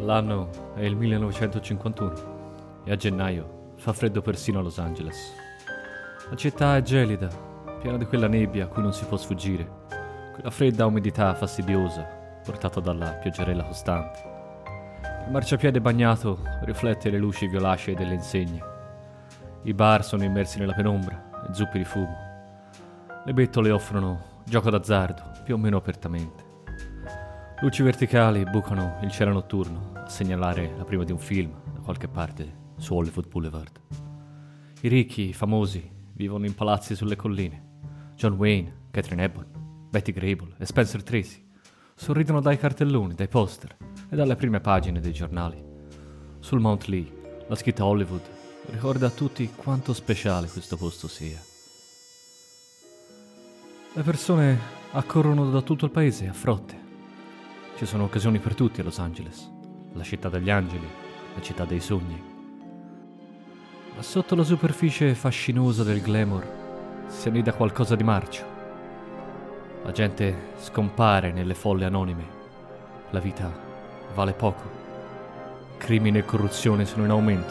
L'anno è il 1951 e a gennaio fa freddo persino a Los Angeles. La città è gelida, piena di quella nebbia a cui non si può sfuggire, quella fredda umidità fastidiosa portata dalla pioggerella costante. Il marciapiede bagnato riflette le luci violacee delle insegne. I bar sono immersi nella penombra e zuppi di fumo. Le bettole offrono gioco d'azzardo, più o meno apertamente. Luci verticali bucano il cielo notturno a segnalare la prima di un film da qualche parte su Hollywood Boulevard. I ricchi, i famosi, vivono in palazzi sulle colline. John Wayne, Katharine Hepburn, Betty Grable e Spencer Tracy sorridono dai cartelloni, dai poster e dalle prime pagine dei giornali. Sul Mount Lee, la scritta Hollywood ricorda a tutti quanto speciale questo posto sia. Le persone accorrono da tutto il paese a frotte. Ci sono occasioni per tutti a Los Angeles, la città degli angeli, la città dei sogni. Ma sotto la superficie fascinosa del glamour si annida qualcosa di marcio. La gente scompare nelle folle anonime. La vita vale poco. Crimine e corruzione sono in aumento.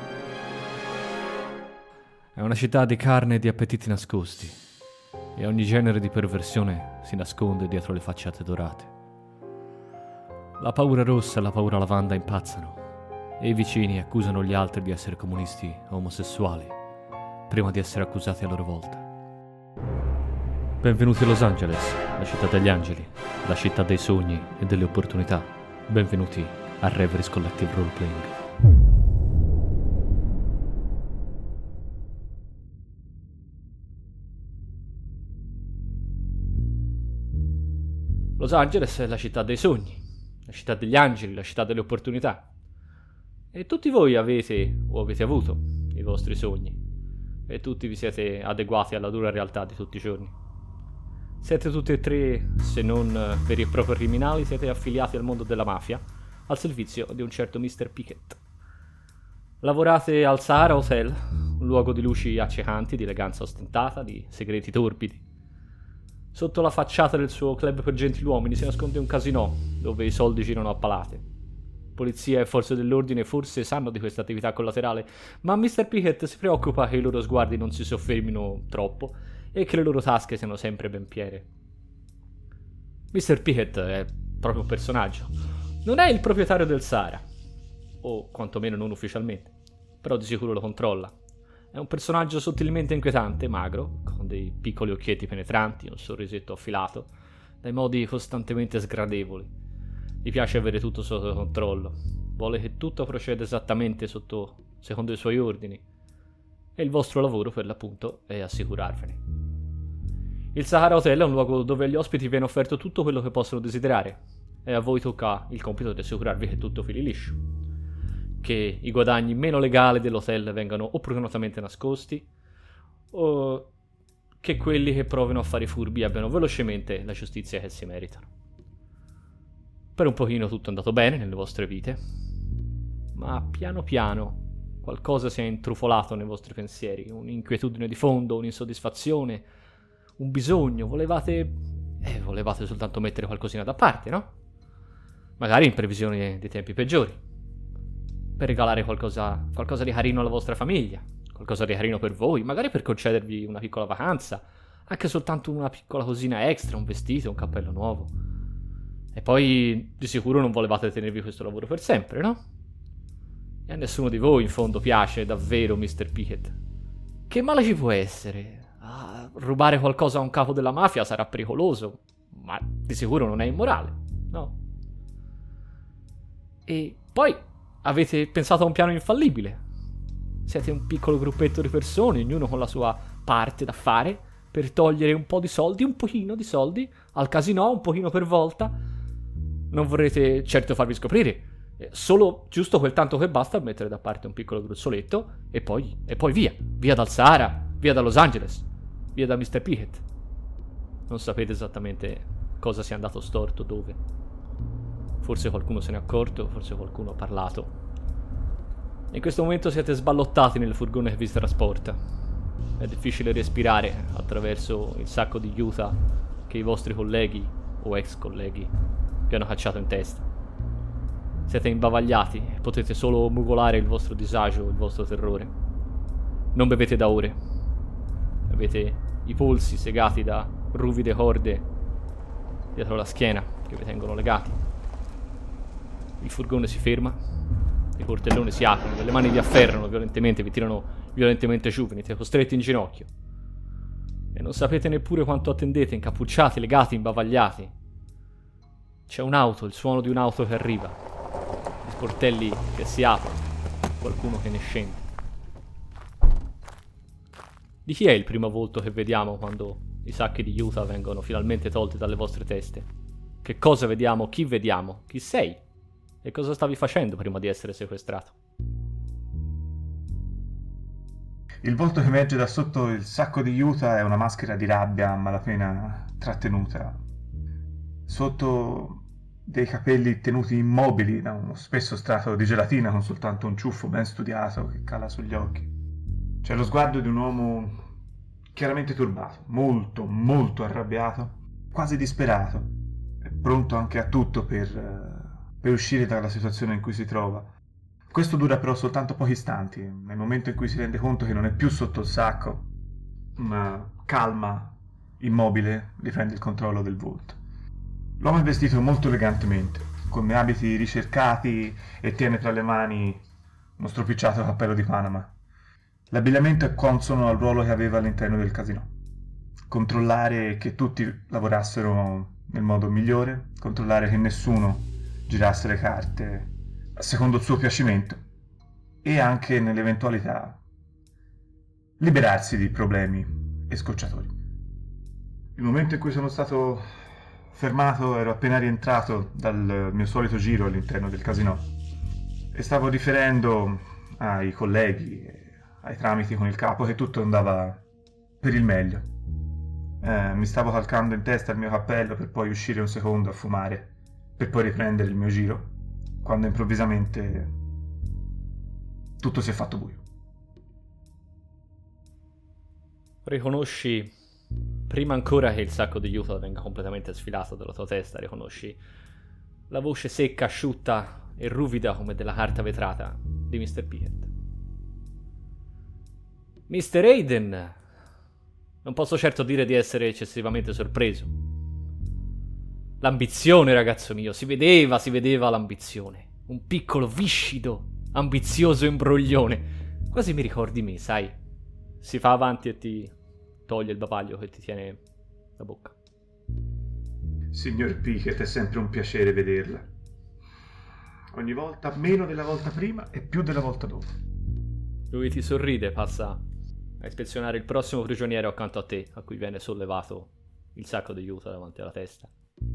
È una città di carne e di appetiti nascosti, e ogni genere di perversione si nasconde dietro le facciate dorate. La paura rossa e la paura lavanda impazzano, e i vicini accusano gli altri di essere comunisti o omosessuali, prima di essere accusati a loro volta. Benvenuti a Los Angeles, la città degli angeli, la città dei sogni e delle opportunità. Benvenuti a Reveries Collective Roleplaying. Los Angeles è la città dei sogni, la città degli angeli, la città delle opportunità. E tutti voi avete o avete avuto i vostri sogni, e tutti vi siete adeguati alla dura realtà di tutti i giorni. Siete tutti e tre, se non veri e propri criminali, siete affiliati al mondo della mafia, al servizio di un certo Mr. Pickett. Lavorate al Sahara Hotel, un luogo di luci accecanti, di eleganza ostentata, di segreti torbidi. Sotto la facciata del suo club per gentiluomini si nasconde un casinò, dove i soldi girano a palate. Polizia e forze dell'ordine forse sanno di questa attività collaterale, ma Mr. Pickett si preoccupa che i loro sguardi non si soffermino troppo e che le loro tasche siano sempre ben piene. Mr. Pickett è proprio un personaggio. Non è il proprietario del Sahara, o quantomeno non ufficialmente, però di sicuro lo controlla. È un personaggio sottilmente inquietante, magro, con dei piccoli occhietti penetranti, un sorrisetto affilato, dai modi costantemente sgradevoli. Gli piace avere tutto sotto controllo, vuole che tutto proceda esattamente secondo i suoi ordini, e il vostro lavoro, per l'appunto, è assicurarvene. Il Sahara Hotel è un luogo dove agli ospiti viene offerto tutto quello che possono desiderare, e a voi tocca il compito di assicurarvi che tutto fili liscio, che i guadagni meno legali dell'hotel vengano opportunamente nascosti, o che quelli che provino a fare i furbi abbiano velocemente la giustizia che si meritano. Per un pochino tutto è andato bene nelle vostre vite, ma piano piano qualcosa si è intrufolato nei vostri pensieri, un'inquietudine di fondo, un'insoddisfazione, un bisogno. Volevate soltanto mettere qualcosina da parte, no? Magari in previsione dei tempi peggiori, per regalare qualcosa di carino alla vostra famiglia, qualcosa di carino per voi, magari per concedervi una piccola vacanza, anche soltanto una piccola cosina extra, un vestito, un cappello nuovo. E poi di sicuro non volevate tenervi questo lavoro per sempre, no? E a nessuno di voi in fondo piace davvero Mr. Pickett. Che male ci può essere? Rubare qualcosa a un capo della mafia sarà pericoloso, ma di sicuro non è immorale, no? E poi avete pensato a un piano infallibile. Siete un piccolo gruppetto di persone, ognuno con la sua parte da fare, per togliere un po' di soldi, un pochino di soldi, al casinò, un pochino per volta. Non vorrete certo farvi scoprire, solo giusto quel tanto che basta per mettere da parte un piccolo gruzzoletto, e poi via dal Sahara, via da Los Angeles, via da Mr. Pickett. Non sapete esattamente cosa sia andato storto, dove. Forse qualcuno se ne è accorto, forse qualcuno ha parlato. In questo momento siete sballottati nel furgone che vi trasporta. È difficile respirare attraverso il sacco di juta che i vostri colleghi o ex colleghi vi hanno cacciato in testa. Siete imbavagliati, potete solo mugolare il vostro disagio, il vostro terrore. Non bevete da ore. Avete i polsi segati da ruvide corde dietro la schiena che vi tengono legati. Il furgone si ferma, i portelloni si aprono, le mani vi afferrano violentemente, vi tirano violentemente giù, venite costretti in ginocchio. E non sapete neppure quanto attendete, incappucciati, legati, imbavagliati. C'è un'auto, il suono di un'auto che arriva, gli sportelli che si aprono, qualcuno che ne scende. Di chi è il primo volto che vediamo quando i sacchi di Utah vengono finalmente tolti dalle vostre teste? Che cosa vediamo? Chi sei? E cosa stavi facendo prima di essere sequestrato? Il volto che emerge da sotto il sacco di Utah è una maschera di rabbia a malapena trattenuta. Sotto dei capelli tenuti immobili da uno spesso strato di gelatina con soltanto un ciuffo ben studiato che cala sugli occhi. C'è lo sguardo di un uomo chiaramente turbato, molto, molto arrabbiato, quasi disperato, pronto anche a tutto per uscire dalla situazione in cui si trova. Questo dura però soltanto pochi istanti, nel momento in cui si rende conto che non è più sotto il sacco, una calma immobile riprende il controllo del volto. L'uomo è vestito molto elegantemente, con abiti ricercati e tiene tra le mani uno stropicciato cappello di Panama. L'abbigliamento è consono al ruolo che aveva all'interno del casino. Controllare che tutti lavorassero nel modo migliore, controllare che nessuno girasse le carte secondo il suo piacimento e anche nell'eventualità liberarsi di problemi e scocciatori. Il momento in cui sono stato fermato ero appena rientrato dal mio solito giro all'interno del casino e stavo riferendo ai colleghi, ai tramiti con il capo, che tutto andava per il meglio. Mi stavo calcando in testa il mio cappello per poi uscire un secondo a fumare, per poi riprendere il mio giro, quando improvvisamente tutto si è fatto buio. Riconosci, prima ancora che il sacco di Utah venga completamente sfilato dalla tua testa, riconosci la voce secca, asciutta e ruvida come della carta vetrata di Mr. Pickett. Mr. Hayden, non posso certo dire di essere eccessivamente sorpreso. L'ambizione, ragazzo mio, si vedeva l'ambizione. Un piccolo, viscido, ambizioso imbroglione. Quasi mi ricordi me, sai? Si fa avanti e ti toglie il bavaglio che ti tiene la bocca. Signor Pickett, è sempre un piacere vederla. Ogni volta meno della volta prima e più della volta dopo. Lui ti sorride, passa a ispezionare il prossimo prigioniero accanto a te, a cui viene sollevato il sacco di Utah davanti alla testa.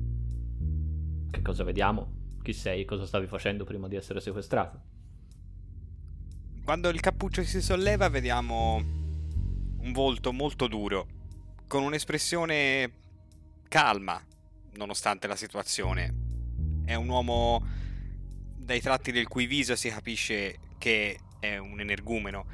Che cosa vediamo? Chi sei? Cosa stavi facendo prima di essere sequestrato? Quando il cappuccio si solleva vediamo un volto molto duro, con un'espressione calma, nonostante la situazione. È un uomo dai tratti del cui viso si capisce che è un energumeno,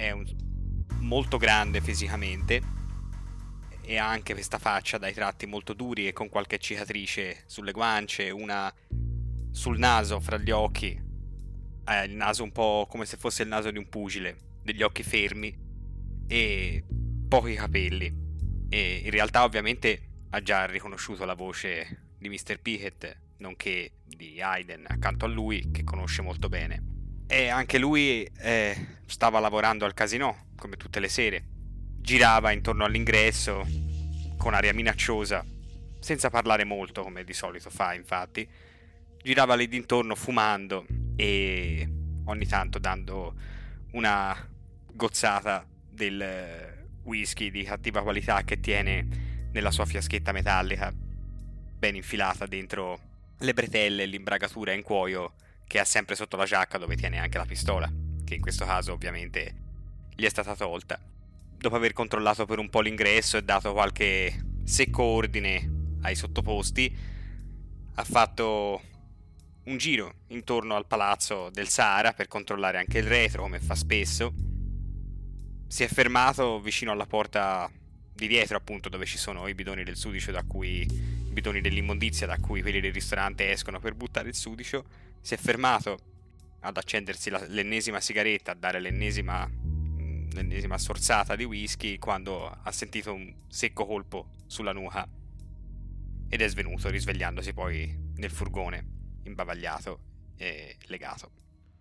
molto grande fisicamente e ha anche questa faccia dai tratti molto duri e con qualche cicatrice sulle guance, una sul naso, fra gli occhi. Ha il naso un po' come se fosse il naso di un pugile, degli occhi fermi e pochi capelli. E in realtà ovviamente ha già riconosciuto la voce di Mr. Pickett, nonché di Hayden accanto a lui, che conosce molto bene. E anche lui stava lavorando al casino, come tutte le sere. Girava intorno all'ingresso con aria minacciosa, senza parlare molto, come di solito fa, infatti. Girava lì dintorno fumando e ogni tanto dando una gozzata del whisky di cattiva qualità che tiene nella sua fiaschetta metallica, ben infilata dentro le bretelle e l'imbragatura in cuoio che ha sempre sotto la giacca, dove tiene anche la pistola, che in questo caso ovviamente gli è stata tolta. Dopo aver controllato per un po' l'ingresso e dato qualche secco ordine ai sottoposti, ha fatto un giro intorno al palazzo del Sahara per controllare anche il retro, come fa spesso. Si è fermato vicino alla porta di dietro, appunto, dove ci sono i bidoni del sudicio, i bidoni dell'immondizia da cui quelli del ristorante escono per buttare il sudicio. Si è fermato ad accendersi l'ennesima sigaretta, a dare l'ennesima sorsata di whisky, quando ha sentito un secco colpo sulla nuca ed è svenuto, risvegliandosi poi nel furgone, imbavagliato e legato.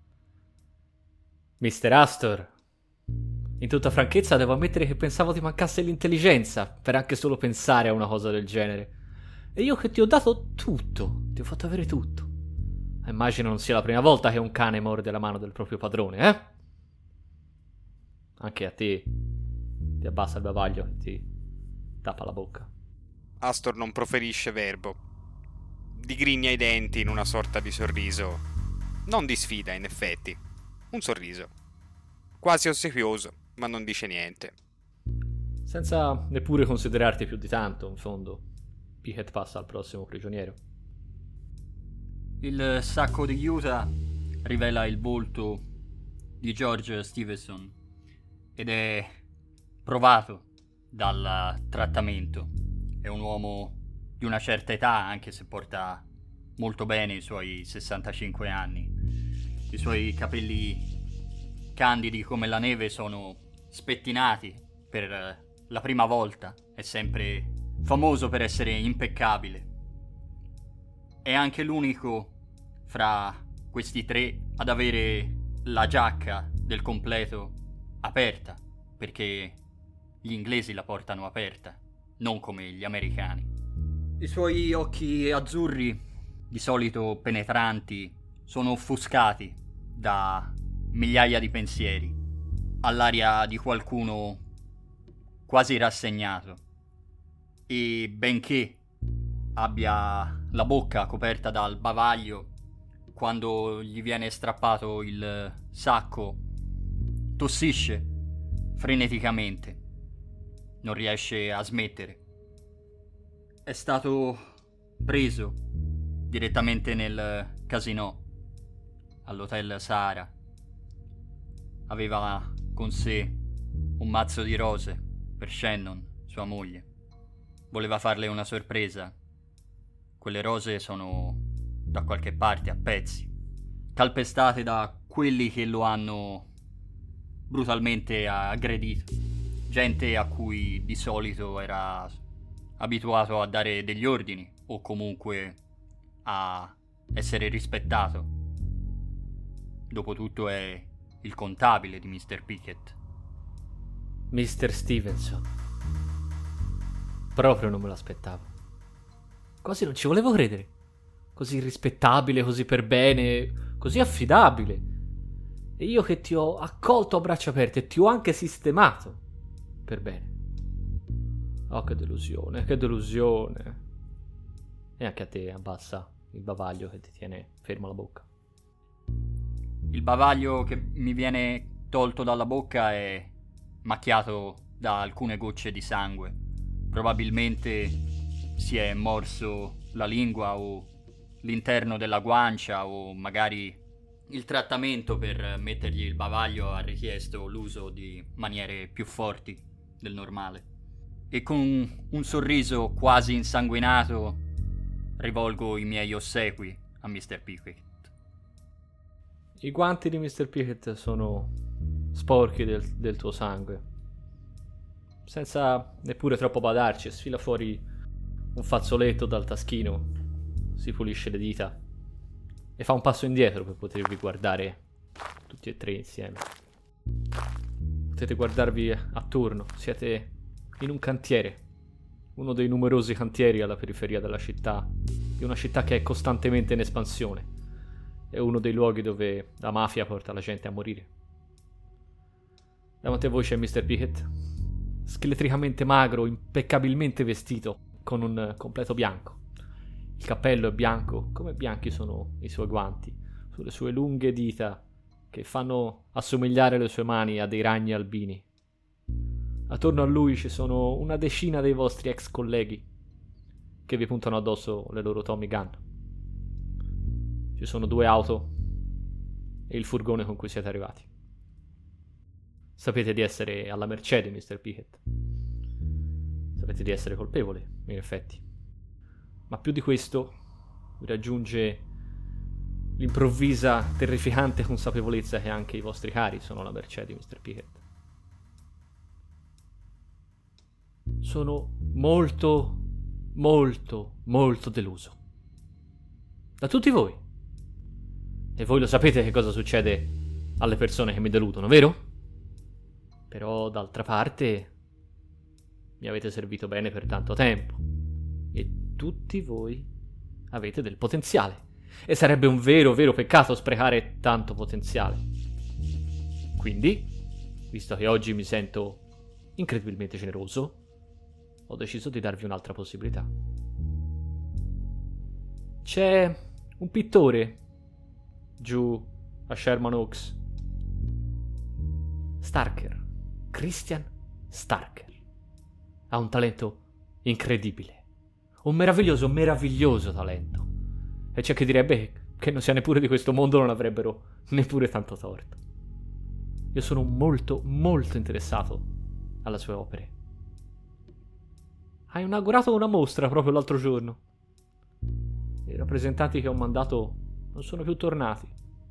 Mr. Astor, in tutta franchezza devo ammettere che pensavo ti mancasse l'intelligenza per anche solo pensare a una cosa del genere. E io che ti ho dato tutto, ti ho fatto avere tutto. Immagino non sia la prima volta che un cane morde la mano del proprio padrone, eh? Anche a te ti abbassa il bavaglio e ti tappa la bocca. Astor non proferisce verbo. Digrigna i denti in una sorta di sorriso. Non di sfida, in effetti. Un sorriso. Quasi ossequioso, ma non dice niente. Senza neppure considerarti più di tanto, in fondo, Pickett passa al prossimo prigioniero. Il sacco di Utah rivela il volto di George Stevenson ed è provato dal trattamento. È un uomo di una certa età, anche se porta molto bene i suoi 65 anni. I suoi capelli candidi come la neve sono spettinati per la prima volta. È sempre famoso per essere impeccabile. È anche l'unico fra questi tre ad avere la giacca del completo aperta, perché gli inglesi la portano aperta, non come gli americani. I suoi occhi azzurri, di solito penetranti, sono offuscati da migliaia di pensieri, all'aria di qualcuno quasi rassegnato. E benché abbia la bocca coperta dal bavaglio, quando gli viene strappato il sacco, tossisce freneticamente. Non riesce a smettere. È stato preso direttamente nel casinò, all'hotel Sahara. Aveva con sé un mazzo di rose per Shannon, sua moglie. Voleva farle una sorpresa. Quelle rose sono da qualche parte a pezzi, calpestate da quelli che lo hanno brutalmente aggredito. Gente a cui di solito era abituato a dare degli ordini o comunque a essere rispettato. Dopotutto è il contabile di Mr. Pickett. Mr. Stevenson. Proprio non me l'aspettavo. Quasi non ci volevo credere. Così rispettabile, così per bene, così affidabile. E io che ti ho accolto a braccia aperte e ti ho anche sistemato per bene. Oh, che delusione, che delusione. E anche a te abbassa il bavaglio che ti tiene ferma la bocca. Il bavaglio che mi viene tolto dalla bocca è macchiato da alcune gocce di sangue. Probabilmente si è morso la lingua o l'interno della guancia, o magari il trattamento per mettergli il bavaglio ha richiesto l'uso di maniere più forti del normale. E con un sorriso quasi insanguinato rivolgo i miei ossequi a Mr. Pickett. I guanti di Mr. Pickett sono sporchi del tuo sangue. Senza neppure troppo badarci, sfila fuori un fazzoletto dal taschino, si pulisce le dita e fa un passo indietro per potervi guardare tutti e tre insieme. Potete guardarvi attorno, siete in un cantiere, uno dei numerosi cantieri alla periferia della città, di una città che è costantemente in espansione. È uno dei luoghi dove la mafia porta la gente a morire. Davanti a voi c'è Mr. Pickett, scheletricamente magro, impeccabilmente vestito, con un completo bianco. Il cappello è bianco, come bianchi sono i suoi guanti, sulle sue lunghe dita che fanno assomigliare le sue mani a dei ragni albini. Attorno a lui ci sono una decina dei vostri ex colleghi che vi puntano addosso le loro Tommy Gun. Ci sono 2 auto e il furgone con cui siete arrivati. Sapete di essere alla mercé di Mr. Pickett. Sapete di essere colpevoli, in effetti. Ma più di questo, vi raggiunge l'improvvisa, terrificante consapevolezza che anche i vostri cari sono alla mercé di Mr. Pickett. Sono molto, molto, molto deluso. Da tutti voi. E voi lo sapete che cosa succede alle persone che mi deludono, vero? Però, d'altra parte, mi avete servito bene per tanto tempo. E tutti voi avete del potenziale. E sarebbe un vero, vero peccato sprecare tanto potenziale. Quindi, visto che oggi mi sento incredibilmente generoso, ho deciso di darvi un'altra possibilità. C'è un pittore giù a Sherman Oaks. Starker. Christian Starker. Ha un talento incredibile. Un meraviglioso, meraviglioso talento. E c'è chi direbbe che non sia neppure di questo mondo, non avrebbero neppure tanto torto. Io sono molto, molto interessato alle sue opere. Ha inaugurato una mostra proprio l'altro giorno. I rappresentanti che ho mandato non sono più tornati.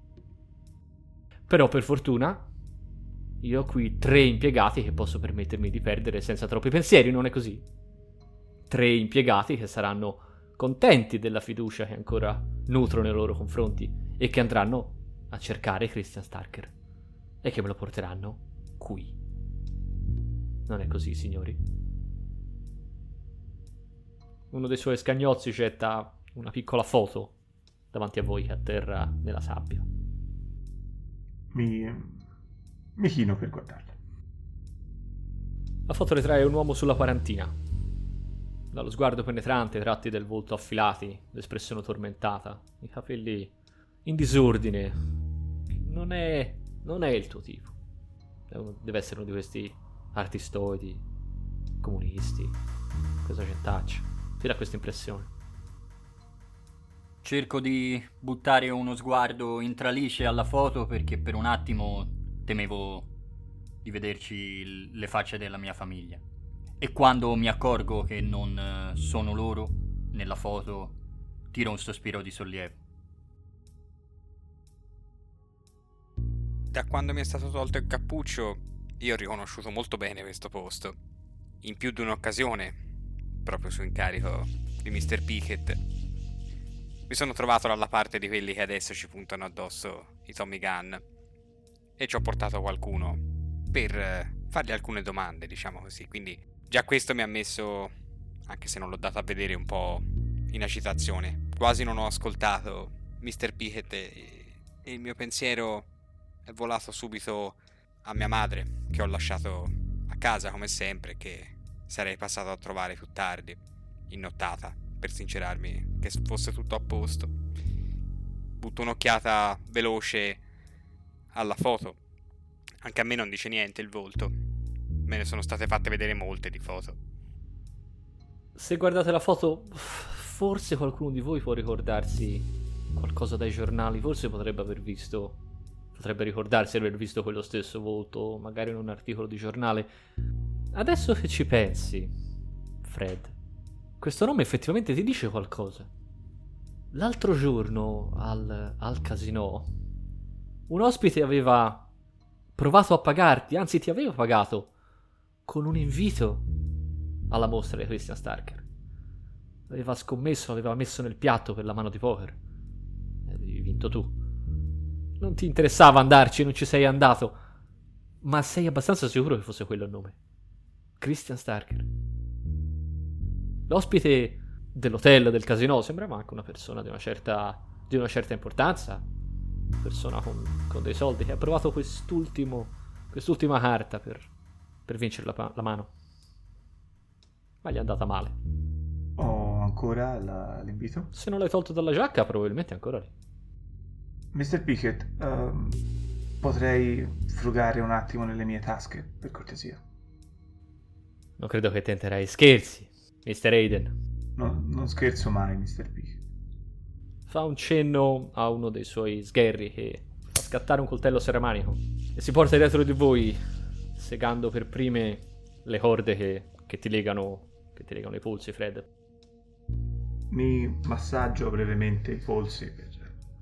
Però per fortuna io ho qui 3 impiegati che posso permettermi di perdere senza troppi pensieri, non è così? 3 impiegati che saranno contenti della fiducia che ancora nutro nei loro confronti e che andranno a cercare Christian Starker e che me lo porteranno qui. Non è così, signori? Uno dei suoi scagnozzi getta una piccola foto davanti a voi che atterra nella sabbia. Mi chino per guardarla. La foto ritrae un uomo sulla quarantina, dallo sguardo penetrante, i tratti del volto affilati, l'espressione tormentata, i capelli in disordine. Non è il tuo tipo. Deve essere uno di questi artistoidi, comunisti, questa gentaccia. Ti dà questa impressione. Cerco di buttare uno sguardo in tralice alla foto perché per un attimo temevo di vederci le facce della mia famiglia. E quando mi accorgo che non sono loro nella foto, tiro un sospiro di sollievo. Da quando mi è stato tolto il cappuccio, io ho riconosciuto molto bene questo posto. In più di un'occasione, proprio su incarico di Mr. Pickett, mi sono trovato dalla parte di quelli che adesso ci puntano addosso i Tommy Gunn e ci ho portato qualcuno per fargli alcune domande, diciamo così. Quindi già questo mi ha messo, anche se non l'ho dato a vedere, un po' in agitazione. Quasi non ho ascoltato Mr. Pickett e il mio pensiero è volato subito a mia madre, che ho lasciato a casa come sempre, che sarei passato a trovare più tardi, in nottata, per sincerarmi che fosse tutto a posto. Butto un'occhiata veloce alla foto. Anche a me non dice niente il volto. Me ne sono state fatte vedere molte di foto. Se guardate la foto, forse qualcuno di voi può ricordarsi qualcosa dai giornali. Forse potrebbe ricordarsi di aver visto quello stesso volto, magari in un articolo di giornale. Adesso che ci pensi, Fred, questo nome effettivamente ti dice qualcosa. L'altro giorno al casino un ospite aveva provato a pagarti, anzi ti aveva pagato con un invito alla mostra di Christian Starker. Aveva scommesso, aveva messo nel piatto per la mano di poker e avevi vinto tu. Non ti interessava andarci, non ci sei andato, ma sei abbastanza sicuro che fosse quello il nome. Christian Starker. L'ospite dell'hotel, del casino, sembrava anche una persona di una certa importanza, una persona con dei soldi, che ha provato quest'ultima carta per vincere la mano. Ma gli è andata male. Ho ancora l'invito? Se non l'hai tolto dalla giacca, probabilmente è ancora lì. Mr. Pickett, potrei frugare un attimo nelle mie tasche, per cortesia? Non credo che tenterai scherzi, Mr. Hayden. No, non scherzo mai, Mr. Pickett. Fa un cenno a uno dei suoi sgherri che fa scattare un coltello serramanico e si porta dietro di voi, segando per prime le corde che ti legano i polsi, Fred. Mi massaggio brevemente i polsi per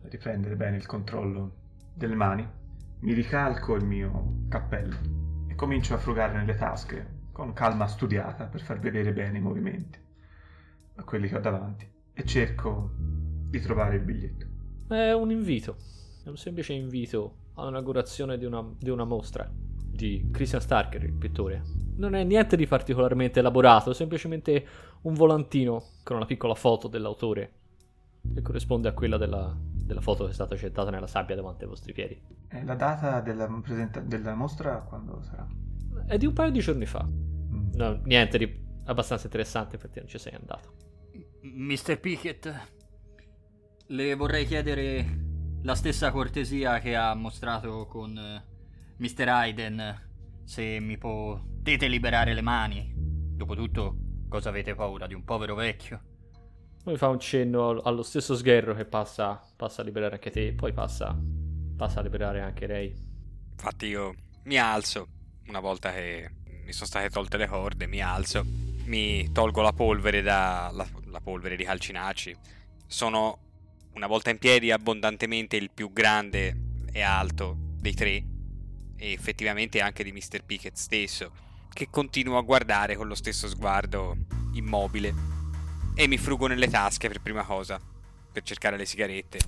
riprendere bene il controllo delle mani, mi ricalco il mio cappello e comincio a frugare nelle tasche con calma studiata per far vedere bene i movimenti a quelli che ho davanti e cerco di trovare il biglietto. È un invito, è un semplice invito all'inaugurazione di una mostra di Christian Starker, il pittore. Non è niente di particolarmente elaborato, è semplicemente un volantino con una piccola foto dell'autore che corrisponde a quella della foto che è stata gettata nella sabbia davanti ai vostri piedi. La data della mostra quando sarà? È di un paio di giorni fa. No, niente di abbastanza interessante perché non ci sei andato. Mr. Pickett, le vorrei chiedere la stessa cortesia che ha mostrato con Mr. Hayden, se mi potete liberare le mani. Dopotutto, cosa avete paura di un povero vecchio? Poi fa un cenno allo stesso sgherro che passa a liberare anche te, poi passa a liberare anche lei. Infatti io mi alzo, una volta che mi sono state tolte le corde, mi alzo, mi tolgo la polvere la polvere di Calcinacci. Sono, una volta in piedi, abbondantemente il più grande e alto dei tre, e effettivamente anche di Mr. Pickett stesso, che continuo a guardare con lo stesso sguardo immobile, e mi frugo nelle tasche per prima cosa, per cercare le sigarette.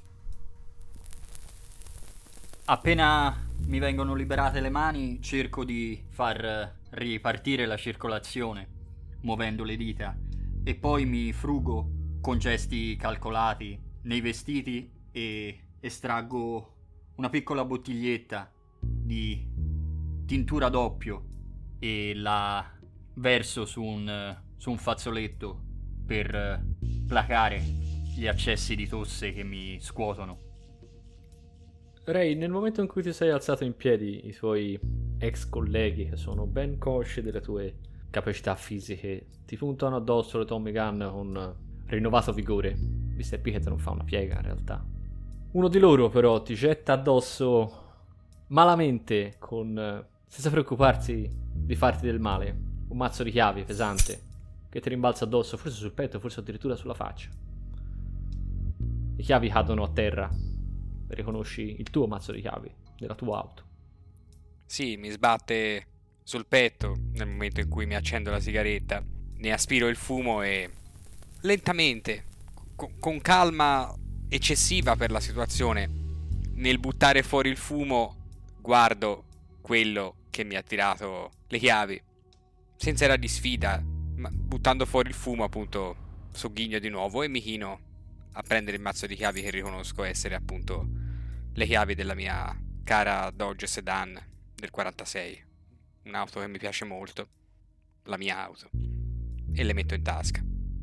Appena mi vengono liberate le mani, cerco di far ripartire la circolazione, muovendo le dita, e poi mi frugo con gesti calcolati nei vestiti e estraggo una piccola bottiglietta di tintura d'oppio e la verso su un fazzoletto per placare gli accessi di tosse che mi scuotono. Ray, nel momento in cui ti sei alzato in piedi, i tuoi ex colleghi, che sono ben consci delle tue capacità fisiche, ti puntano addosso le Tommy Gun con rinnovato vigore. Mr. Pickett non fa una piega in realtà. Uno di loro però ti getta addosso malamente, senza preoccuparsi di farti del male, un mazzo di chiavi pesante che ti rimbalza addosso, forse sul petto, forse addirittura sulla faccia. Le chiavi cadono a terra. Riconosci il tuo mazzo di chiavi della tua auto. Sì, mi sbatte sul petto nel momento in cui mi accendo la sigaretta, ne aspiro il fumo e lentamente, con calma eccessiva per la situazione, nel buttare fuori il fumo, guardo quello che mi ha tirato le chiavi, senza era di sfida, ma buttando fuori il fumo appunto sogghigno di nuovo e mi chino a prendere il mazzo di chiavi che riconosco essere appunto le chiavi della mia cara Dodge Sedan del 46, un'auto che mi piace molto, la mia auto, e le metto in tasca.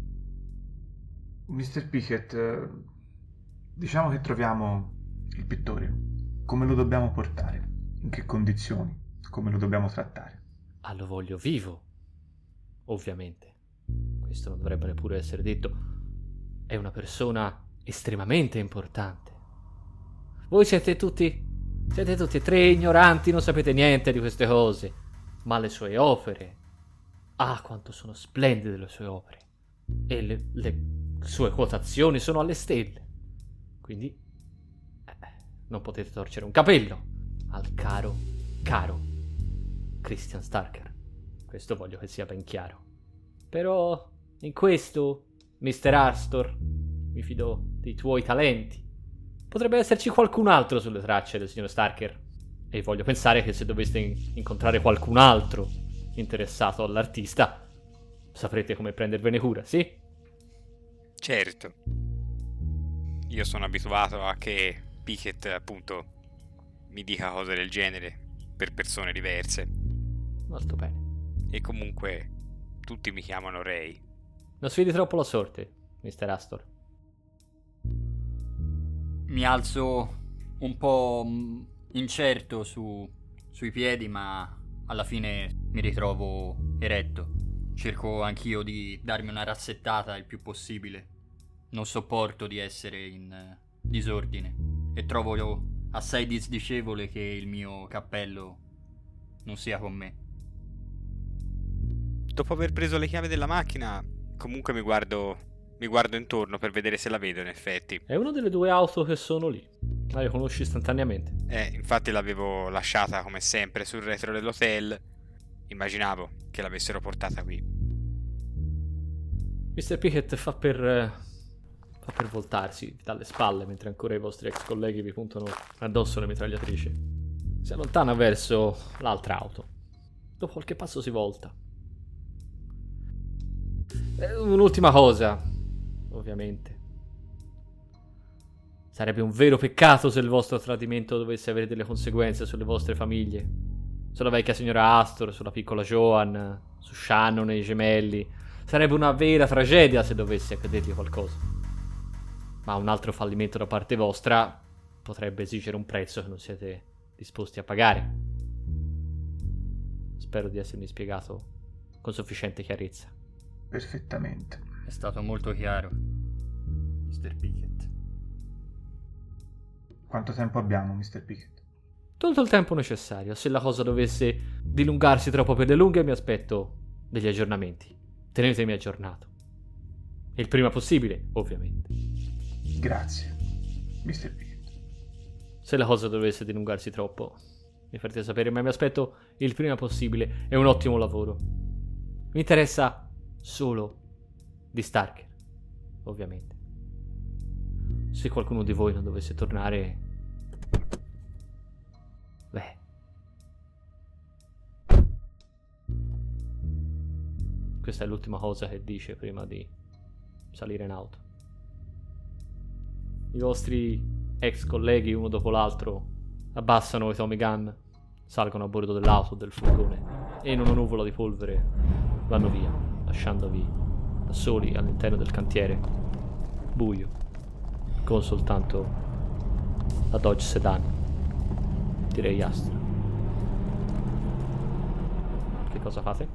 Mr. Pickett, diciamo che troviamo il pittore. Come lo dobbiamo portare? In che condizioni? Come lo dobbiamo trattare? Lo voglio vivo, ovviamente. Questo non dovrebbe neppure essere detto. È una persona estremamente importante. Voi siete tutti e tre ignoranti, non sapete niente di queste cose. Ma le sue opere... quanto sono splendide le sue opere. E le sue quotazioni sono alle stelle. Quindi... non potete torcere un capello al caro Christian Starker. Questo voglio che sia ben chiaro. Però, in questo... Mr. Astor, mi fido dei tuoi talenti. Potrebbe esserci qualcun altro sulle tracce del signor Starker. E voglio pensare che se doveste incontrare qualcun altro interessato all'artista, saprete come prendervene cura, sì? Certo. Io sono abituato a che Pickett, appunto, mi dica cose del genere per persone diverse. Molto bene. E comunque tutti mi chiamano Ray. Non sfidi troppo la sorte, Mr. Astor. Mi alzo un po' incerto sui piedi, ma alla fine mi ritrovo eretto. Cerco anch'io di darmi una rassettata il più possibile. Non sopporto di essere in disordine e trovo assai disdicevole che il mio cappello non sia con me. Dopo aver preso le chiavi della macchina, comunque mi guardo Mi guardo intorno per vedere se la vedo in effetti. È una delle 2 auto che sono lì. La riconosci istantaneamente. Infatti l'avevo lasciata come sempre sul retro dell'hotel. Immaginavo che l'avessero portata qui. Mr. Pickett fa per voltarsi dalle spalle mentre ancora i vostri ex colleghi vi puntano addosso le mitragliatrici. Si allontana verso l'altra auto. Dopo qualche passo si volta. Un'ultima cosa, ovviamente. Sarebbe un vero peccato se il vostro tradimento dovesse avere delle conseguenze sulle vostre famiglie. Sulla vecchia signora Astor, sulla piccola Joan, su Shannon e i gemelli. Sarebbe una vera tragedia se dovesse accadergli qualcosa. Ma un altro fallimento da parte vostra potrebbe esigere un prezzo che non siete disposti a pagare. Spero di essermi spiegato con sufficiente chiarezza. Perfettamente. È stato molto chiaro, Mr. Pickett. Quanto tempo abbiamo, Mr. Pickett? Tutto il tempo necessario. Se la cosa dovesse dilungarsi troppo per le lunghe, mi aspetto degli aggiornamenti. Tenetemi aggiornato. E il prima possibile, ovviamente. Grazie, Mr. Pickett. Se la cosa dovesse dilungarsi troppo, mi farete sapere, ma mi aspetto il prima possibile. È un ottimo lavoro. Mi interessa solo di Starker, ovviamente. Se qualcuno di voi non dovesse tornare, beh, questa è l'ultima cosa che dice prima di salire in auto. I vostri ex colleghi, uno dopo l'altro, abbassano i Tommy Gun, salgono a bordo dell'auto, del furgone, e in una nuvola di polvere vanno via, lasciandovi da soli all'interno del cantiere, buio, con soltanto la Dodge Sedan, direi Astra. Che cosa fate?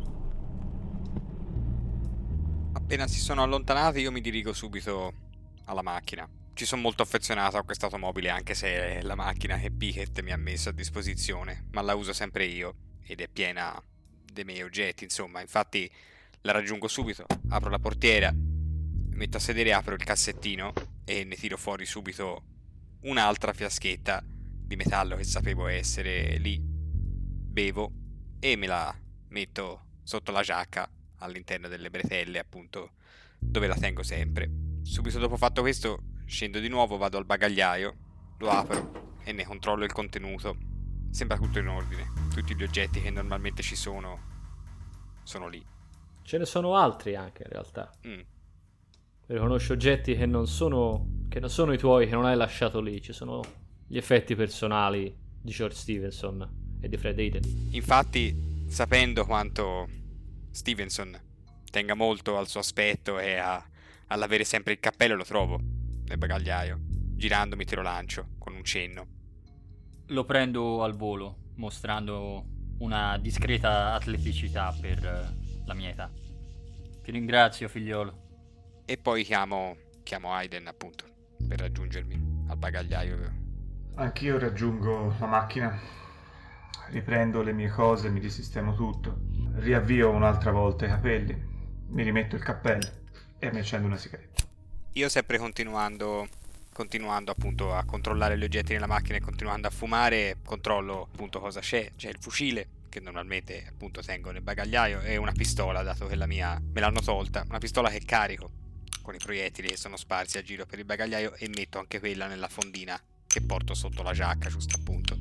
Appena si sono allontanati io mi dirigo subito alla macchina. Ci sono molto affezionato a questa automobile, anche se è la macchina che Pickett mi ha messo a disposizione, ma la uso sempre io ed è piena dei miei oggetti, insomma. Infatti la raggiungo subito, apro la portiera, mi metto a sedere, apro il cassettino e ne tiro fuori subito un'altra fiaschetta di metallo che sapevo essere lì. Bevo e me la metto sotto la giacca all'interno delle bretelle, appunto, dove la tengo sempre. Subito dopo fatto questo scendo di nuovo, vado al bagagliaio, lo apro e ne controllo il contenuto. Sembra tutto in ordine, tutti gli oggetti che normalmente ci sono lì. Ce ne sono altri anche in realtà. Riconosci oggetti che non sono i tuoi, che non hai lasciato lì. Ci sono gli effetti personali di George Stevenson e di Fred Hayden. Infatti, sapendo quanto Stevenson tenga molto al suo aspetto e all'avere sempre il cappello, lo trovo nel bagagliaio. Girandomi te lo lancio con un cenno. Lo prendo al volo, mostrando una discreta atleticità per la mia età. Ti ringrazio, figliolo. E poi chiamo Hayden, appunto, per raggiungermi al bagagliaio. Anch'io raggiungo la macchina, riprendo le mie cose, mi risistemo tutto, riavvio un'altra volta i capelli, mi rimetto il cappello e mi accendo una sigaretta. Io sempre continuando appunto a controllare gli oggetti nella macchina e continuando a fumare, controllo appunto cosa c'è. C'è il fucile, che normalmente appunto tengo nel bagagliaio, e una pistola, dato che la mia me l'hanno tolta, una pistola che carico con i proiettili che sono sparsi a giro per il bagagliaio, e metto anche quella nella fondina che porto sotto la giacca, giusto appunto.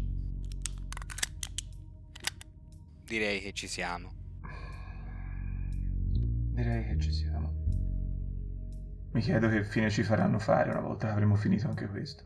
Direi che ci siamo. Mi chiedo che fine ci faranno fare una volta che avremo finito anche questo.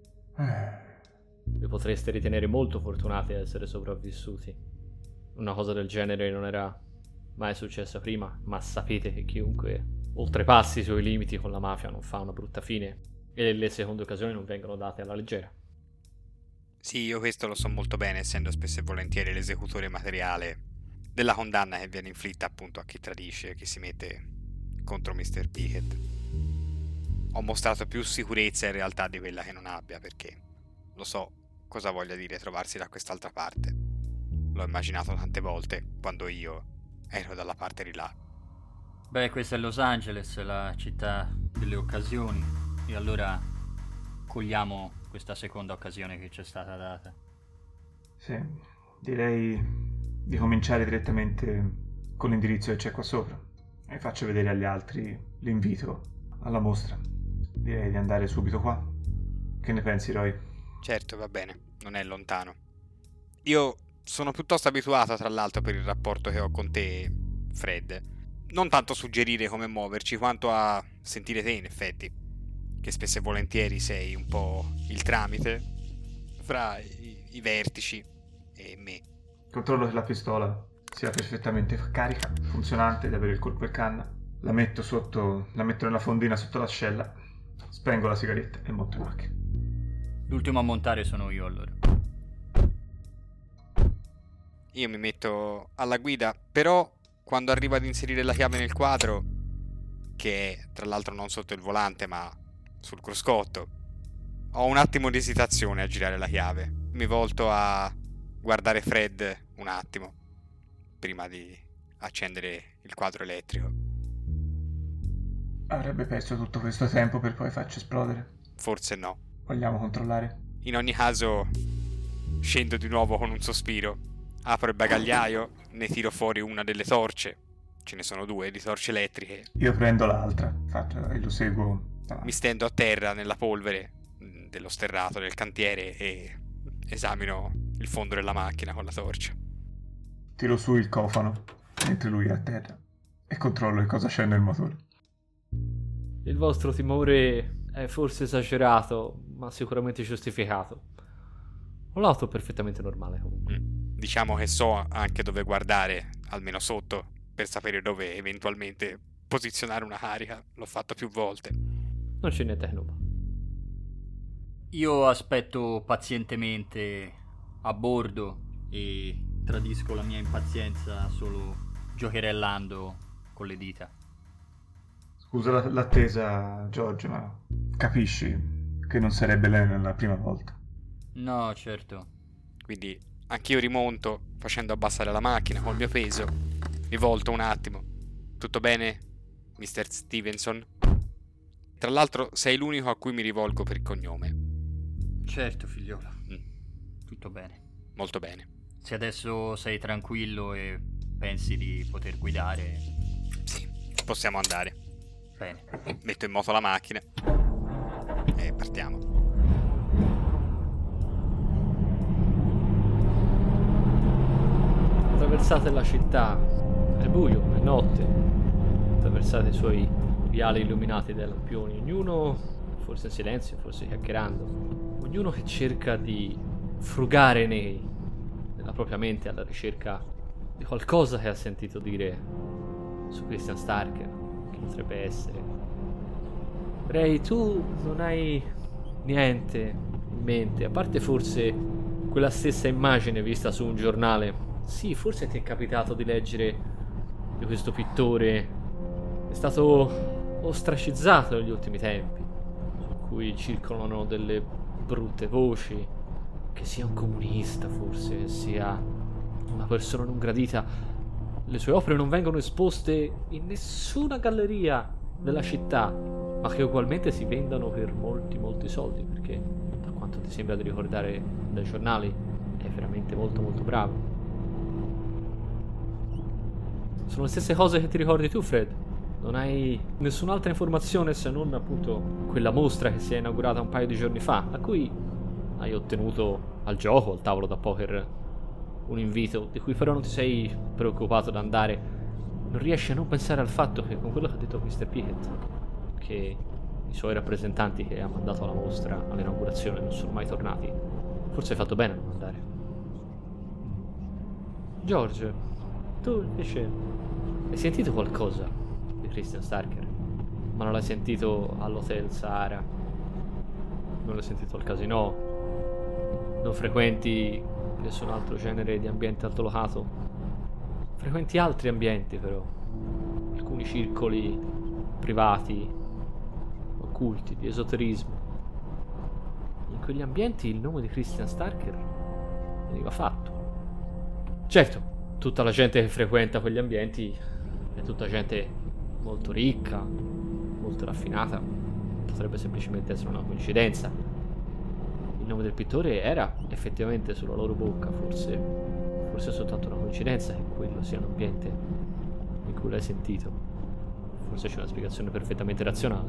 Vi potreste ritenere molto fortunati ad essere sopravvissuti. Una cosa del genere non era mai successa prima, ma sapete che chiunque oltrepassi i suoi limiti con la mafia non fa una brutta fine, e le seconde occasioni non vengono date alla leggera. Sì, io questo lo so molto bene, essendo spesso e volentieri l'esecutore materiale della condanna che viene inflitta appunto a chi tradisce, a chi si mette contro Mr. Pickett. Ho mostrato più sicurezza in realtà di quella che non abbia, perché lo so cosa voglia dire trovarsi da quest'altra parte. L'ho immaginato tante volte quando io ero dalla parte di là. Beh, questa è Los Angeles, la città delle occasioni, e allora cogliamo questa seconda occasione che ci è stata data. Sì, direi di cominciare direttamente con l'indirizzo che c'è qua sopra e faccio vedere agli altri l'invito alla mostra. Direi di andare subito qua. Che ne pensi, Roy? Certo, va bene, non è lontano. Io sono piuttosto abituato, tra l'altro, per il rapporto che ho con te, Fred. Non tanto a suggerire come muoverci, quanto a sentire te, in effetti. Che spesso e volentieri sei un po' il tramite fra i vertici e me. Controllo che la pistola sia perfettamente carica, funzionante, di avere il colpo e canna. La metto nella fondina sotto l'ascella, spengo la sigaretta e monto in macchina. L'ultimo a montare sono io, allora. Io mi metto alla guida, però quando arrivo ad inserire la chiave nel quadro, che è tra l'altro non sotto il volante ma sul cruscotto, ho un attimo di esitazione a girare la chiave. Mi volto a guardare Fred un attimo prima di accendere il quadro elettrico. Avrebbe perso tutto questo tempo per poi farci esplodere. Forse no. Vogliamo controllare? In ogni caso scendo di nuovo con un sospiro, apro il bagagliaio, ne tiro fuori una delle torce. Ce ne sono due di torce elettriche. Io prendo l'altra e lo seguo. Mi stendo a terra nella polvere dello sterrato del cantiere e esamino il fondo della macchina con la torcia. Tiro su il cofano mentre lui è a terra e controllo che cosa c'è nel motore. Il vostro timore è forse esagerato, ma sicuramente giustificato. L'auto è perfettamente normale comunque. Diciamo che so anche dove guardare, almeno sotto, per sapere dove eventualmente posizionare una carica. L'ho fatto più volte. Non c'è niente che nuova. Io aspetto pazientemente a bordo e tradisco la mia impazienza solo giocherellando con le dita. Scusa l'attesa, George, ma capisci che non sarebbe la prima volta. No, certo. Quindi anch'io rimonto facendo abbassare la macchina col mio peso. Mi volto un attimo. Tutto bene, Mr. Stevenson? Tra l'altro sei l'unico a cui mi rivolgo per il cognome. Certo, figliola. Tutto bene. Molto bene. Se adesso sei tranquillo e pensi di poter guidare... Sì, possiamo andare. Bene. Metto in moto la macchina e partiamo. Attraversate la città, è buio, è notte. Attraversate i suoi viali illuminati dai lampioni, ognuno forse in silenzio, forse chiacchierando. Ognuno che cerca di frugare nella propria mente alla ricerca di qualcosa che ha sentito dire su Christian Starker, che potrebbe essere. Ray, tu non hai niente in mente, a parte forse quella stessa immagine vista su un giornale. Sì, forse ti è capitato di leggere di questo pittore. È stato ostracizzato negli ultimi tempi, su cui circolano delle brutte voci, che sia un comunista forse, sia una persona non gradita. Le sue opere non vengono esposte in nessuna galleria della città, ma che ugualmente si vendano per molti soldi, perché da quanto ti sembra di ricordare dai giornali è veramente molto bravo. Sono le stesse cose che ti ricordi tu, Fred. Non hai nessun'altra informazione se non appunto quella mostra che si è inaugurata un paio di giorni fa, a cui hai ottenuto al gioco, al tavolo da poker, un invito di cui però non ti sei preoccupato di andare. Non riesci a non pensare al fatto che con quello che ha detto Mr. Pickett, che i suoi rappresentanti che ha mandato alla mostra all'inaugurazione non sono mai tornati, forse hai fatto bene a non andare. George, tu invece hai sentito qualcosa di Christian Starker? Ma non l'hai sentito all'Hotel Sahara? Non l'hai sentito al casino? Non frequenti nessun altro genere di ambiente altolocato? Frequenti altri ambienti però, alcuni circoli privati, occulti, di esoterismo. In quegli ambienti il nome di Christian Starker veniva fatto. Certo, tutta la gente che frequenta quegli ambienti è tutta gente molto ricca, molto raffinata. Potrebbe semplicemente essere una coincidenza. Il nome del pittore era effettivamente sulla loro bocca, forse è soltanto una coincidenza che quello sia l'ambiente in cui l'hai sentito. Forse c'è una spiegazione perfettamente razionale.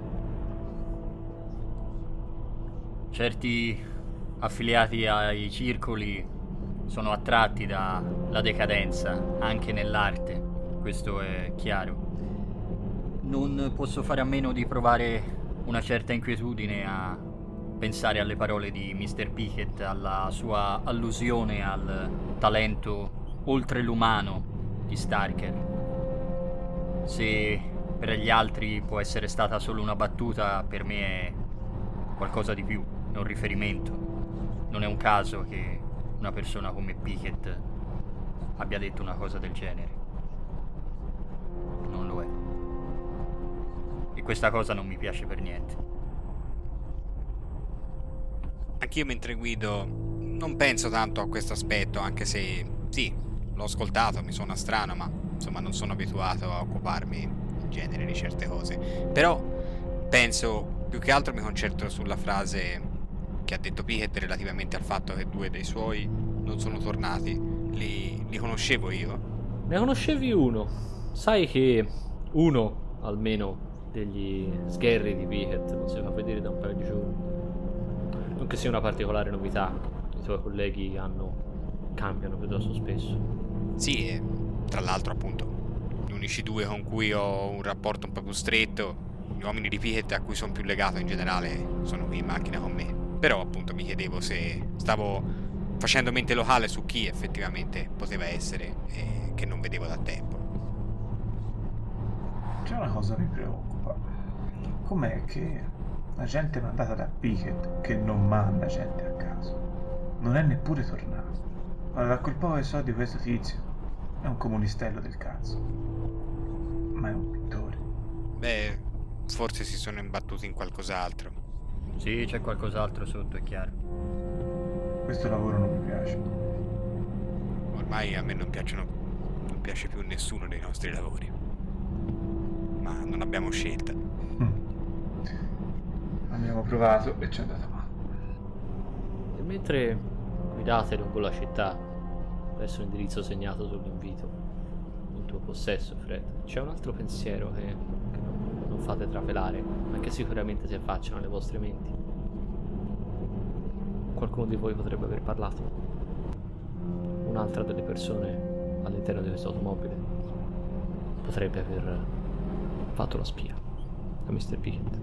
Certi affiliati ai circoli sono attratti dalla decadenza, anche nell'arte, questo è chiaro. Non posso fare a meno di provare una certa inquietudine a pensare alle parole di Mr. Pickett, alla sua allusione al talento oltre l'umano di Starker. Se per gli altri può essere stata solo una battuta, per me è qualcosa di più, è un riferimento. Non è un caso che una persona come Pickett abbia detto una cosa del genere. Non lo è. E questa cosa non mi piace per niente. Anch'io mentre guido non penso tanto a questo aspetto, anche se sì, l'ho ascoltato, mi suona strano, ma insomma non sono abituato a occuparmi in genere di certe cose. Però penso, più che altro mi concentro sulla frase che ha detto Pickett relativamente al fatto che 2 dei suoi non sono tornati. Li conoscevo io? Ne conoscevi uno. Sai che uno, almeno, degli sgherri di Pickett non si fa vedere da un paio di giorni. Non che sia una particolare novità. I tuoi colleghi cambiano piuttosto spesso. Sì, e tra l'altro appunto gli unici 2 con cui ho un rapporto un po' più stretto, gli uomini di Pickett a cui sono più legato in generale, sono qui in macchina con me. Però appunto mi chiedevo se stavo facendo mente locale su chi effettivamente poteva essere e che non vedevo da tempo. C'è una cosa che mi preoccupa. Com'è che la gente mandata da Pickett, che non manda gente a caso, non è neppure tornato? Guarda, quel po' che so di questo tizio, è un comunistello del cazzo. Ma è un pittore. Beh, forse si sono imbattuti in qualcos'altro. Sì, c'è qualcos'altro sotto, è chiaro. Questo lavoro non mi piace. Ormai a me non piace più nessuno dei nostri lavori. Ma non abbiamo scelta. Abbiamo provato e ci è andata male. E mentre guidate lungo la città verso l'indirizzo segnato sull'invito in tuo possesso, Fred, c'è un altro pensiero che non fate trapelare, ma che sicuramente si affacciano alle vostre menti. Qualcuno di voi potrebbe aver parlato. Un'altra delle persone all'interno di questa automobile potrebbe aver fatto la spia a Mr. Pickett.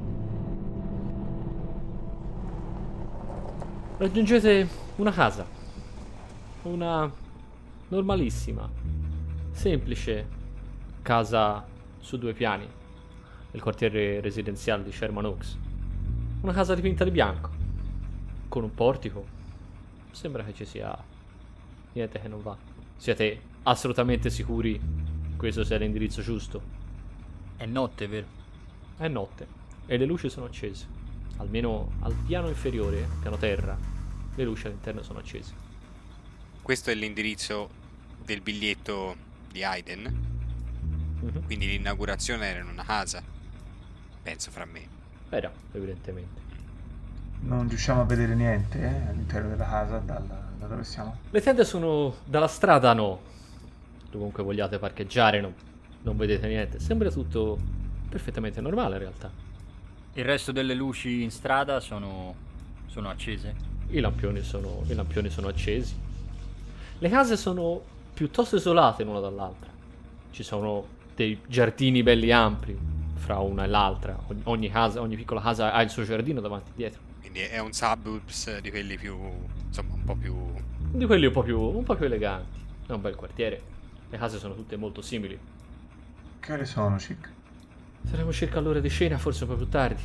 Raggiungete una casa, una normalissima, semplice casa su 2 piani nel quartiere residenziale di Sherman Oaks. Una casa dipinta di bianco, con un portico. Sembra che ci sia niente che non va. Siete assolutamente sicuri che questo sia l'indirizzo giusto? È notte, vero? È notte e le luci sono accese. Almeno al piano inferiore, piano terra, le luci all'interno sono accese. Questo è l'indirizzo del biglietto di Hayden. Quindi l'inaugurazione era in una casa, penso, fra me. Era, evidentemente. Non riusciamo a vedere niente all'interno della casa da dove siamo. Le tende sono dalla strada, no. Dovunque vogliate parcheggiare, no. Non vedete niente. Sembra tutto perfettamente normale in realtà. Il resto delle luci in strada sono accese. I lampioni sono accesi. Le case sono piuttosto isolate l'una dall'altra. Ci sono dei giardini belli ampli fra una e l'altra. Ogni piccola casa ha il suo giardino davanti e dietro. Quindi è un suburbs di quelli più, insomma, un po' più... Di quelli un po' più eleganti. È un bel quartiere. Le case sono tutte molto simili. Che ore sono, Chic? Saremo circa all'ora di cena, forse un po' più tardi.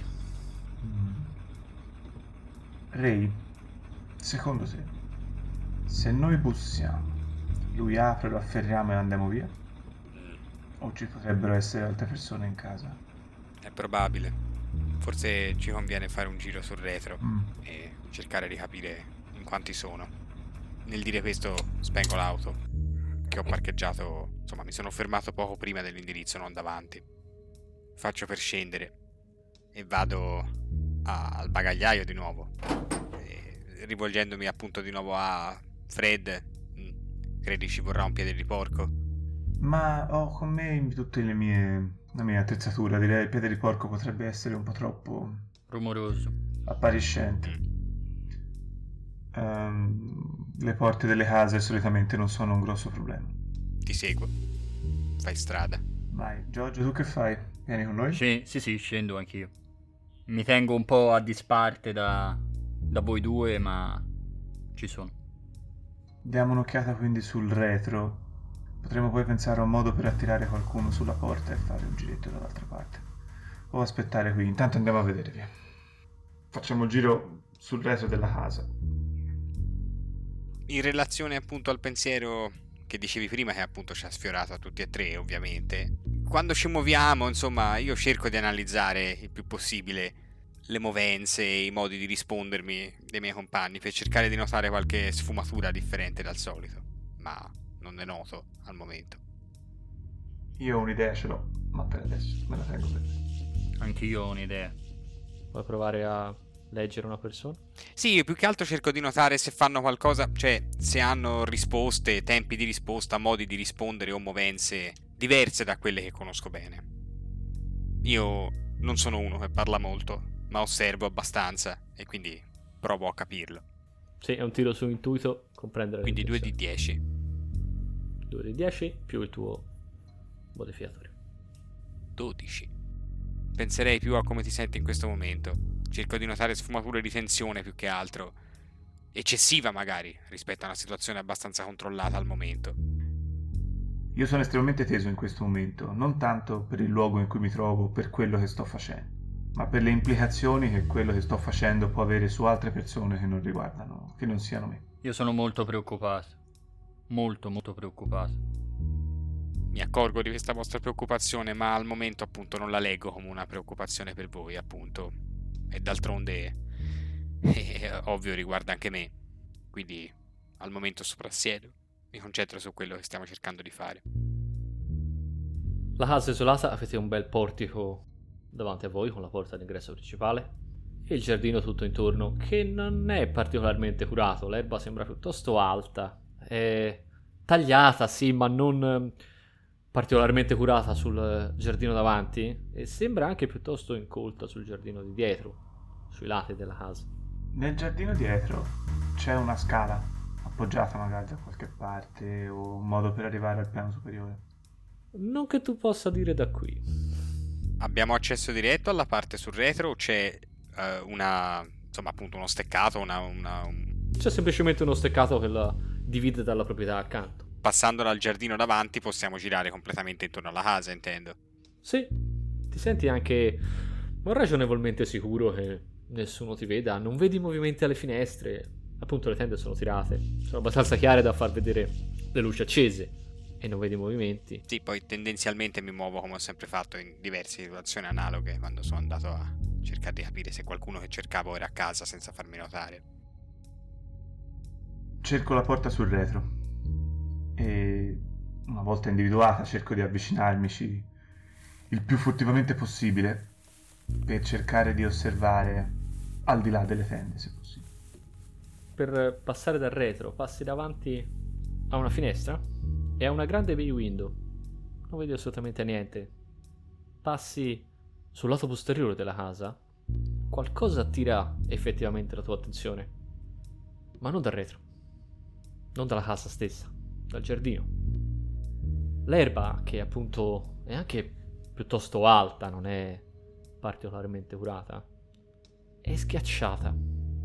Ray, secondo te, se noi bussiamo, lui apre, lo afferriamo e andiamo via? O ci potrebbero essere altre persone in casa? È probabile. Forse ci conviene fare un giro sul retro e cercare di capire in quanti sono. Nel dire questo spengo l'auto che ho parcheggiato, insomma mi sono fermato poco prima dell'indirizzo, non davanti. faccio per scendere e vado al bagagliaio di nuovo, rivolgendomi appunto di nuovo a Fred. Credi ci vorrà un piede di porco? Ma ho con me tutte la mia attrezzatura. Direi il piede di porco potrebbe essere un po' troppo Rumoroso. appariscente. Le porte delle case solitamente non sono un grosso problema. Ti seguo. Fai strada. Vai, Giorgio, tu che fai? Vieni con noi? Sì, scendo anch'io. Mi tengo un po' a disparte da voi due, ma ci sono. Diamo un'occhiata quindi sul retro. Potremmo poi pensare a un modo per attirare qualcuno sulla porta e fare un giretto dall'altra parte. O aspettare qui. Intanto andiamo a vedere, via. Facciamo il giro sul retro della casa. In relazione appunto al pensiero che dicevi prima, che appunto ci ha sfiorato a tutti e tre, ovviamente, quando ci muoviamo, insomma, io cerco di analizzare il più possibile le movenze e i modi di rispondermi dei miei compagni per cercare di notare qualche sfumatura differente dal solito, ma non ne noto al momento. Io ho un'idea, ce l'ho, ma per adesso me la tengo per me. Anch'io ho un'idea. Vuoi provare a leggere una persona? Sì, io più che altro cerco di notare se fanno qualcosa, cioè se hanno risposte, tempi di risposta, modi di rispondere o movenze diverse da quelle che conosco bene. Io non sono uno che parla molto, ma osservo abbastanza e quindi provo a capirlo. Sì, è un tiro su intuito, comprendere. Quindi 2 di 10. 2 di 10 più il tuo modificatore. 12. Penserei più a come ti senti in questo momento. Cerco di notare sfumature di tensione più che altro. Eccessiva magari, rispetto a una situazione abbastanza controllata al momento. Io sono estremamente teso in questo momento, non tanto per il luogo in cui mi trovo, per quello che sto facendo, ma per le implicazioni che quello che sto facendo può avere su altre persone che non riguardano, che non siano me. Io sono molto preoccupato. Molto preoccupato. Mi accorgo di questa vostra preoccupazione, ma al momento appunto non la leggo come una preoccupazione per voi, appunto. E d'altronde ovvio riguarda anche me. Quindi al momento soprassiedo. Mi concentro su quello che stiamo cercando di fare. La casa isolata, avete un bel portico davanti a voi con la porta d'ingresso principale e il giardino tutto intorno che non è particolarmente curato. L'erba sembra piuttosto alta, è tagliata sì, ma non particolarmente curata sul giardino davanti, e sembra anche piuttosto incolta sul giardino di dietro, sui lati della casa. Nel giardino dietro c'è una scala appoggiata magari da qualche parte o un modo per arrivare al piano superiore. Non che tu possa dire da qui. Abbiamo accesso diretto alla parte sul retro o c'è insomma appunto uno steccato, C'è semplicemente uno steccato che la divide dalla proprietà accanto. Passando dal giardino davanti possiamo girare completamente intorno alla casa, intendo. Sì, ti senti anche ragionevolmente sicuro che nessuno ti veda, non vedi movimenti alle finestre, appunto le tende sono tirate, sono abbastanza chiare da far vedere le luci accese e non vedi movimenti. Sì, poi tendenzialmente mi muovo come ho sempre fatto in diverse situazioni analoghe quando sono andato a cercare di capire se qualcuno che cercavo era a casa senza farmi notare. Cerco la porta sul retro e una volta individuata cerco di avvicinarmici il più furtivamente possibile per cercare di osservare al di là delle tende, se possibile. Per passare dal retro passi davanti a una finestra e a una grande bay window. Non vedi assolutamente niente. Passi sul lato posteriore della casa. Qualcosa attira effettivamente la tua attenzione, ma non dal retro, non dalla casa stessa, dal giardino. L'erba, che appunto è anche piuttosto alta, non è particolarmente curata, è schiacciata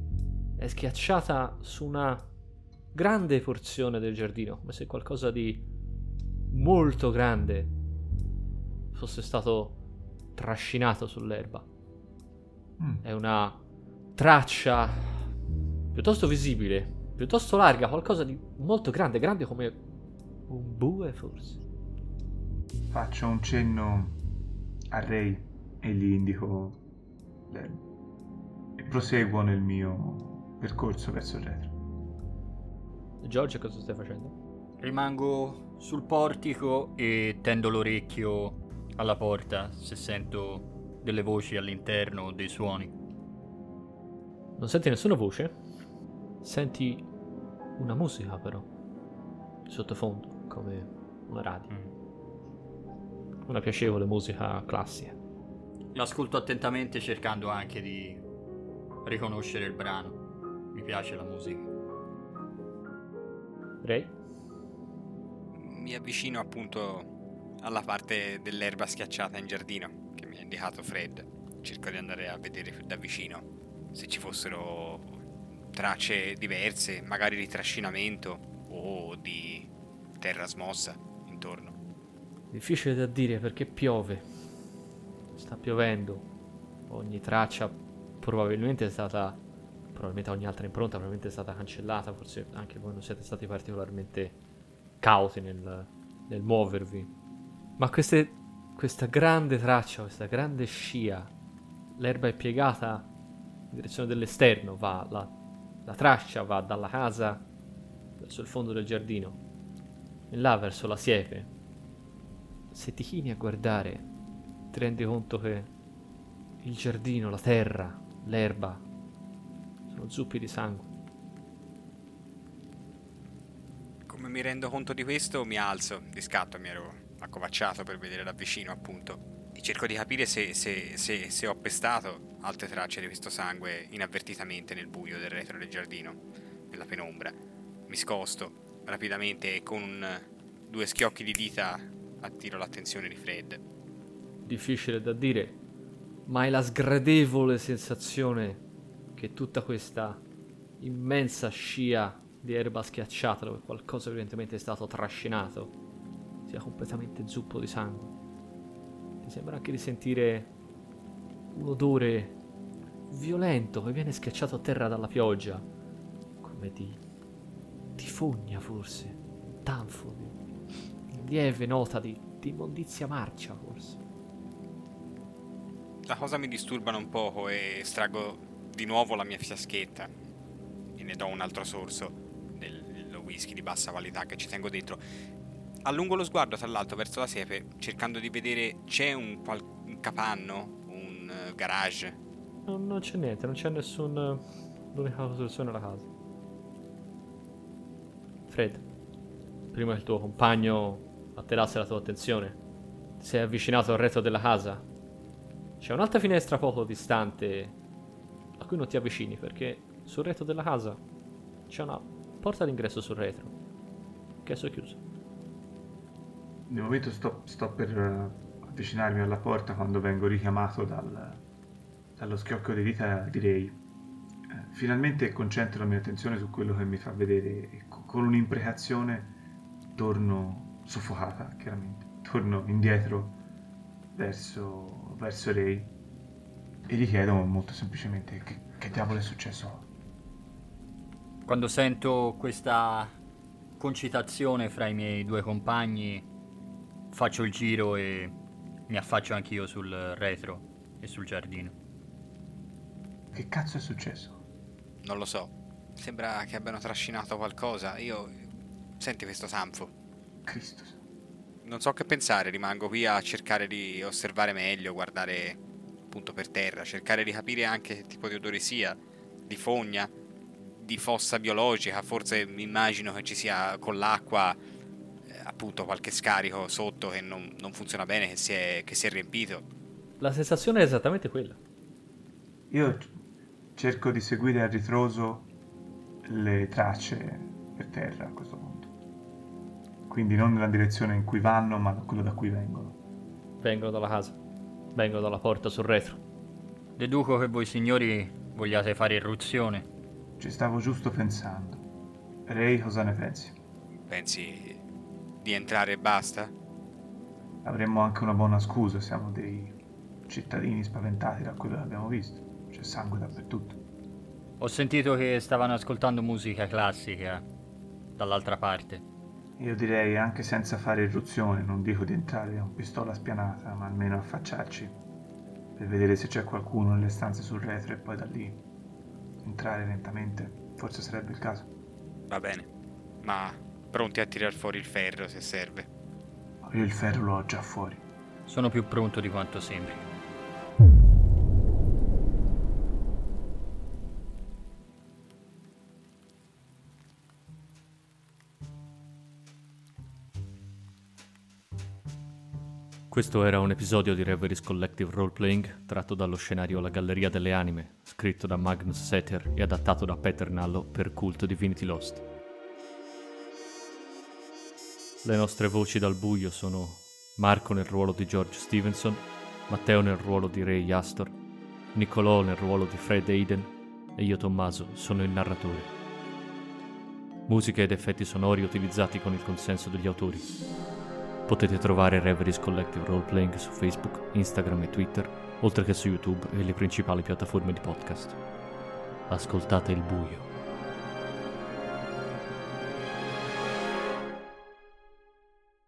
su una grande porzione del giardino, come se qualcosa di molto grande fosse stato trascinato sull'erba. È una traccia piuttosto visibile, piuttosto larga, qualcosa di molto grande, grande come un bue forse. Faccio un cenno a Ray e gli indico l'erba e proseguo nel mio percorso verso il retro. Giorgio, cosa stai facendo? Rimango sul portico e tendo l'orecchio alla porta se sento delle voci all'interno o dei suoni. Non senti nessuna voce? Senti una musica però, sottofondo, come una radio. Una piacevole musica classica. L'ascolto attentamente cercando anche di riconoscere il brano. Mi piace la musica. Ray? Mi avvicino appunto alla parte dell'erba schiacciata in giardino che mi ha indicato Fred. Cerco di andare a vedere più da vicino se ci fossero tracce diverse, magari di trascinamento o di terra smossa intorno. Difficile da dire perché piove. Sta piovendo. Ogni traccia probabilmente è stata... Probabilmente ogni altra impronta probabilmente è stata cancellata. Forse anche voi non siete stati particolarmente cauti nel muovervi. Ma questa grande traccia, questa grande scia, l'erba è piegata in direzione dell'esterno, la traccia va dalla casa verso il fondo del giardino e là verso la siepe. Se ti chini a guardare ti rendi conto che il giardino, la terra, l'erba sono zuppi di sangue. Come mi rendo conto di questo, mi alzo di scatto, mi ero accovacciato per vedere da vicino appunto e cerco di capire se ho pestato altre tracce di questo sangue inavvertitamente nel buio del retro del giardino, nella penombra. Mi scosto rapidamente e con 2 schiocchi di dita attiro l'attenzione di Fred. Difficile da dire, ma è la sgradevole sensazione che tutta questa immensa scia di erba schiacciata, dove qualcosa evidentemente è stato trascinato, sia completamente zuppo di sangue. Ti sembra anche di sentire un odore violento che viene schiacciato a terra dalla pioggia, come di fogna forse, tanfo, lieve nota di immondizia marcia forse. La cosa mi disturba un poco e estraggo di nuovo la mia fiaschetta e ne do un altro sorso del whisky di bassa qualità che ci tengo dentro. Allungo lo sguardo tra l'altro verso la siepe cercando di vedere c'è un capanno, un garage. Non c'è niente, non c'è l'unica costruzione della casa. Fred, prima che il tuo compagno attirasse la tua attenzione, ti sei avvicinato al retro della casa. C'è un'altra finestra poco distante a cui non ti avvicini perché sul retro della casa c'è una porta d'ingresso sul retro che è chiusa. Nel momento sto per avvicinarmi alla porta quando vengo richiamato dallo schiocco di dita direi finalmente concentro la mia attenzione su quello che mi fa vedere e con un'imprecazione torno soffocata, chiaramente torno indietro verso Ray e gli chiedo molto semplicemente che diavolo è successo. Quando sento questa concitazione fra i miei 2 compagni, faccio il giro e mi affaccio anch'io sul retro e sul giardino. Che cazzo è successo? Non lo so, sembra che abbiano trascinato qualcosa. Senti questo tanfo. Cristo. Non so che pensare, rimango qui a cercare di osservare meglio, guardare appunto per terra, cercare di capire anche che tipo di odore sia, di fogna, di fossa biologica. Forse mi immagino che ci sia con l'acqua appunto qualche scarico sotto che non funziona bene, che si è riempito. La sensazione è esattamente quella. Io cerco di seguire a ritroso le tracce per terra a questo punto. Quindi non nella direzione in cui vanno, ma quello da cui vengono. Vengono dalla casa. Vengono dalla porta sul retro. Deduco che voi signori vogliate fare irruzione. Ci stavo giusto pensando. Ray, cosa ne pensi? Pensi di entrare e basta? Avremmo anche una buona scusa, siamo dei cittadini spaventati da quello che abbiamo visto. C'è sangue dappertutto. Ho sentito che stavano ascoltando musica classica dall'altra parte. Io direi anche senza fare irruzione, non dico di entrare con pistola spianata, ma almeno affacciarci per vedere se c'è qualcuno nelle stanze sul retro e poi da lì entrare lentamente, forse sarebbe il caso. Va bene, ma pronti a tirar fuori il ferro se serve. Io il ferro lo ho già fuori. Sono più pronto di quanto sembri. Questo era un episodio di Reveries Collective Roleplaying tratto dallo scenario La Galleria delle Anime, scritto da Magnus Seter e adattato da Peter Nallo per Cult Divinity Lost. Le nostre voci dal buio sono Marco nel ruolo di George Stevenson, Matteo nel ruolo di Ray Astor, Niccolò nel ruolo di Fred Aiden e io Tommaso sono il narratore. Musiche ed effetti sonori utilizzati con il consenso degli autori. Potete trovare Reveries Collective Roleplaying su Facebook, Instagram e Twitter, oltre che su YouTube e le principali piattaforme di podcast. Ascoltate il buio.